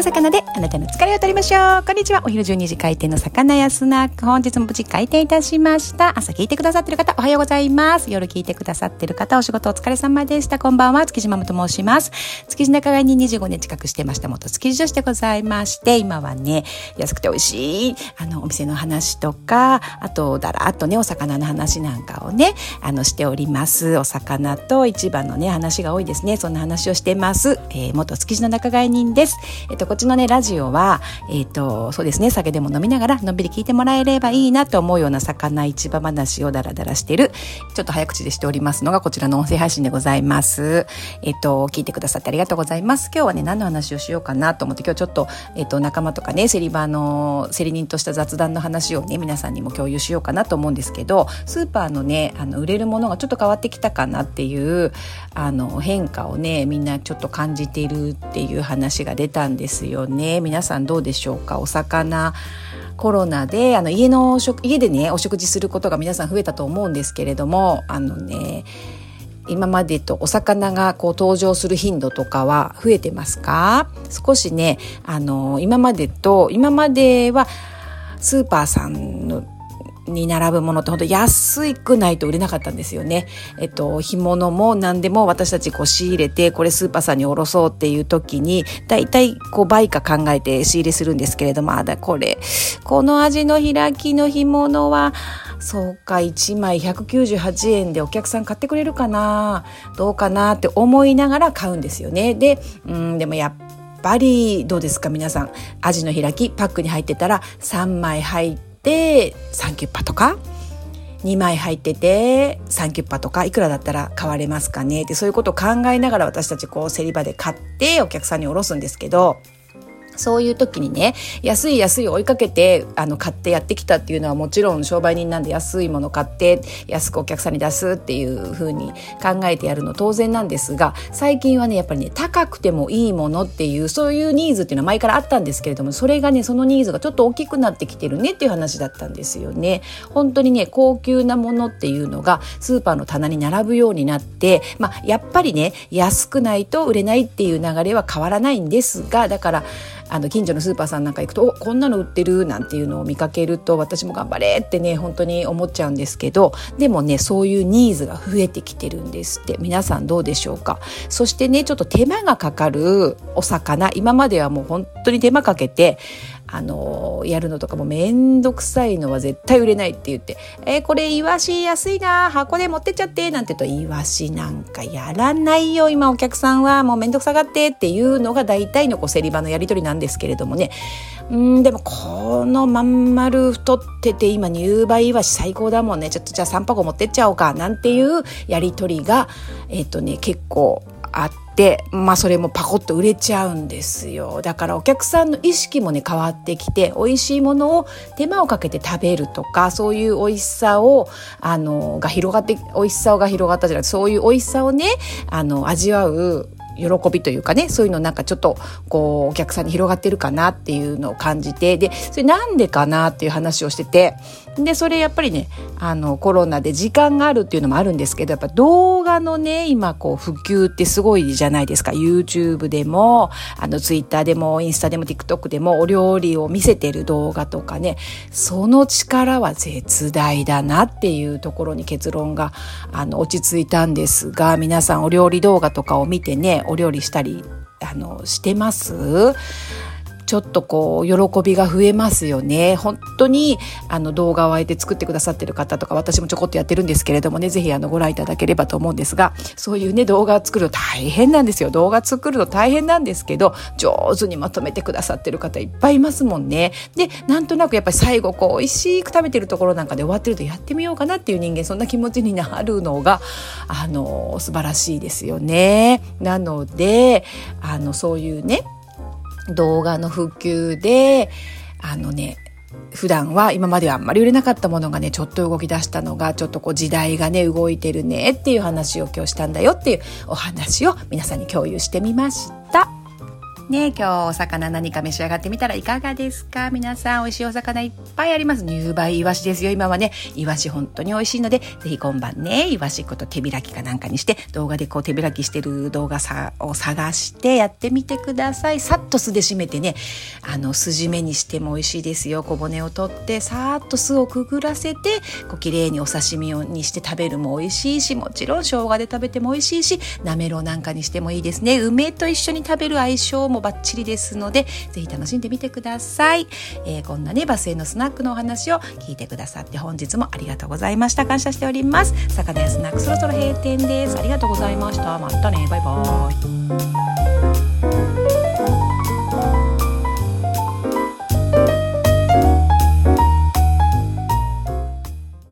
魚であなたの疲れを取りましょう。こんにちは。お昼12時開店の魚屋スナック、本日も無事開店いたしました。朝聞いてくださっている方おはようございます。夜聞いてくださっている方お仕事お疲れ様でした。こんばんは。築地ママと申します。築地仲買に25年近くしてました元築地女子でございまして、今はね安くて美味しいお店の話とか、あとだらっとねお魚の話なんかをねしております。お魚と市場のね話が多いですね。そんな話をしてます。元築地の仲買人です。こっちのねラジオはそうですね、酒でも飲みながらのんびり聞いてもらえればいいなと思うような魚市場話をダラダラしている、ちょっと早口でしておりますのがこちらの音声配信でございます。聞いてくださってありがとうございます。今日はね何の話をしようかなと思って、今日ちょっと仲間とかね競り場の競り人とした雑談の話をね皆さんにも共有しようかなと思うんですけど、スーパーのね売れるものがちょっと変わってきたかなっていう変化をねみんなちょっと感じているっていう話が出たんですよね。皆さんどうでしょうか。お魚コロナで家でねお食事することが皆さん増えたと思うんですけれども、今までとお魚がこう登場する頻度とかは増えてますか？少しね今まではスーパーさんに並ぶものって本当安くないと売れなかったんですよね。干物も何でも私たち仕入れてこれスーパーさんにおろそうっていう時にだいたい倍価考えて仕入れするんですけれども、この味の開きの干物はそうか1枚198円でお客さん買ってくれるかなどうかなって思いながら買うんですよね。でもやっぱりどうですか皆さん、アジの開きパックに入ってたら3枚入って3キュッパとか2枚入ってて3キュッパとかいくらだったら買われますかねって、そういうことを考えながら私たち競り場で買ってお客さんにおろすんですけど、そういう時にね安いを追いかけて買ってやってきたっていうのはもちろん商売人なんで、安いもの買って安くお客さんに出すっていう風に考えてやるの当然なんですが、最近はねやっぱりね高くてもいいものっていうそういうニーズっていうのは前からあったんですけれども、それがねそのニーズがちょっと大きくなってきてるねっていう話だったんですよね。本当にね高級なものっていうのがスーパーの棚に並ぶようになって、やっぱりね安くないと売れないっていう流れは変わらないんですが、だから近所のスーパーさんなんか行くとこんなの売ってるなんていうのを見かけると私も頑張れってね本当に思っちゃうんですけど、でもねそういうニーズが増えてきてるんですって。皆さんどうでしょうか。そしてねちょっと手間がかかるお魚、今まではもう本当に手間かけてやるのとかもめんどくさいのは絶対売れないって言って、これイワシ安いな箱で持ってっちゃってなんて言うと、イワシなんかやらないよ今お客さんはもうめんどくさがってっていうのが大体の競り場のやり取りなんですけれどもね。でもこのまん丸太ってて今入梅イワシ最高だもんね、ちょっとじゃあ3箱持ってっちゃおうかなんていうやり取りが結構あって、それもパコッと売れちゃうんですよ。だからお客さんの意識もね変わってきて、美味しいものを手間をかけて食べるとか、そういう美味しさをが広がったじゃなくて、そういう美味しさをね味わう喜びというかね、そういうのなんかちょっとお客さんに広がってるかなっていうのを感じて、でそれなんでかなっていう話をしてて、でそれやっぱりねコロナで時間があるっていうのもあるんですけど、やっぱ動画のね今普及ってすごいじゃないですか。 YouTube でもTwitter でもインスタでも TikTok でもお料理を見せてる動画とかね、その力は絶大だなっていうところに結論が落ち着いたんですが、皆さんお料理動画とかを見てねお料理したりしてます？ちょっと喜びが増えますよね。本当に動画をあえて作ってくださってる方とか、私もちょこっとやってるんですけれどもね、ぜひご覧いただければと思うんですが、そういうね動画を作るの大変なんですよ。動画作るの大変なんですけど、上手にまとめてくださってる方いっぱいいますもんね。でなんとなくやっぱり最後美味しく食べてるところなんかで終わってるとやってみようかなっていう人間、そんな気持ちになるのが素晴らしいですよね。なのでそういうね動画の普及で普段は今まではあんまり売れなかったものがねちょっと動き出したのが、ちょっと時代がね動いてるねっていう話を今日したんだよっていうお話を皆さんに共有してみました。 ね、今日お魚何か召し上がってみたらいかがですか？皆さん、美味しいお魚いっぱいあります。入梅イワシですよ。今はね、イワシ本当に美味しいので、ぜひ今晩ね、イワシこと手開きかなんかにして、動画でこう手開きしてる動画を探してやってみてください。さっと酢で締めてね、筋目にしても美味しいですよ。小骨を取って、さーっと酢をくぐらせて、こう綺麗にお刺身にして食べるも美味しいし、もちろん生姜で食べても美味しいし、なめろうなんかにしてもいいですね。梅と一緒に食べる相性もバッチリですので、ぜひ楽しんでみてください。こんなね、バスへのスナックのお話を聞いてくださって本日もありがとうございました。感謝しております。魚屋スナックそろそろ閉店です。ありがとうございました。またね、バイバイ。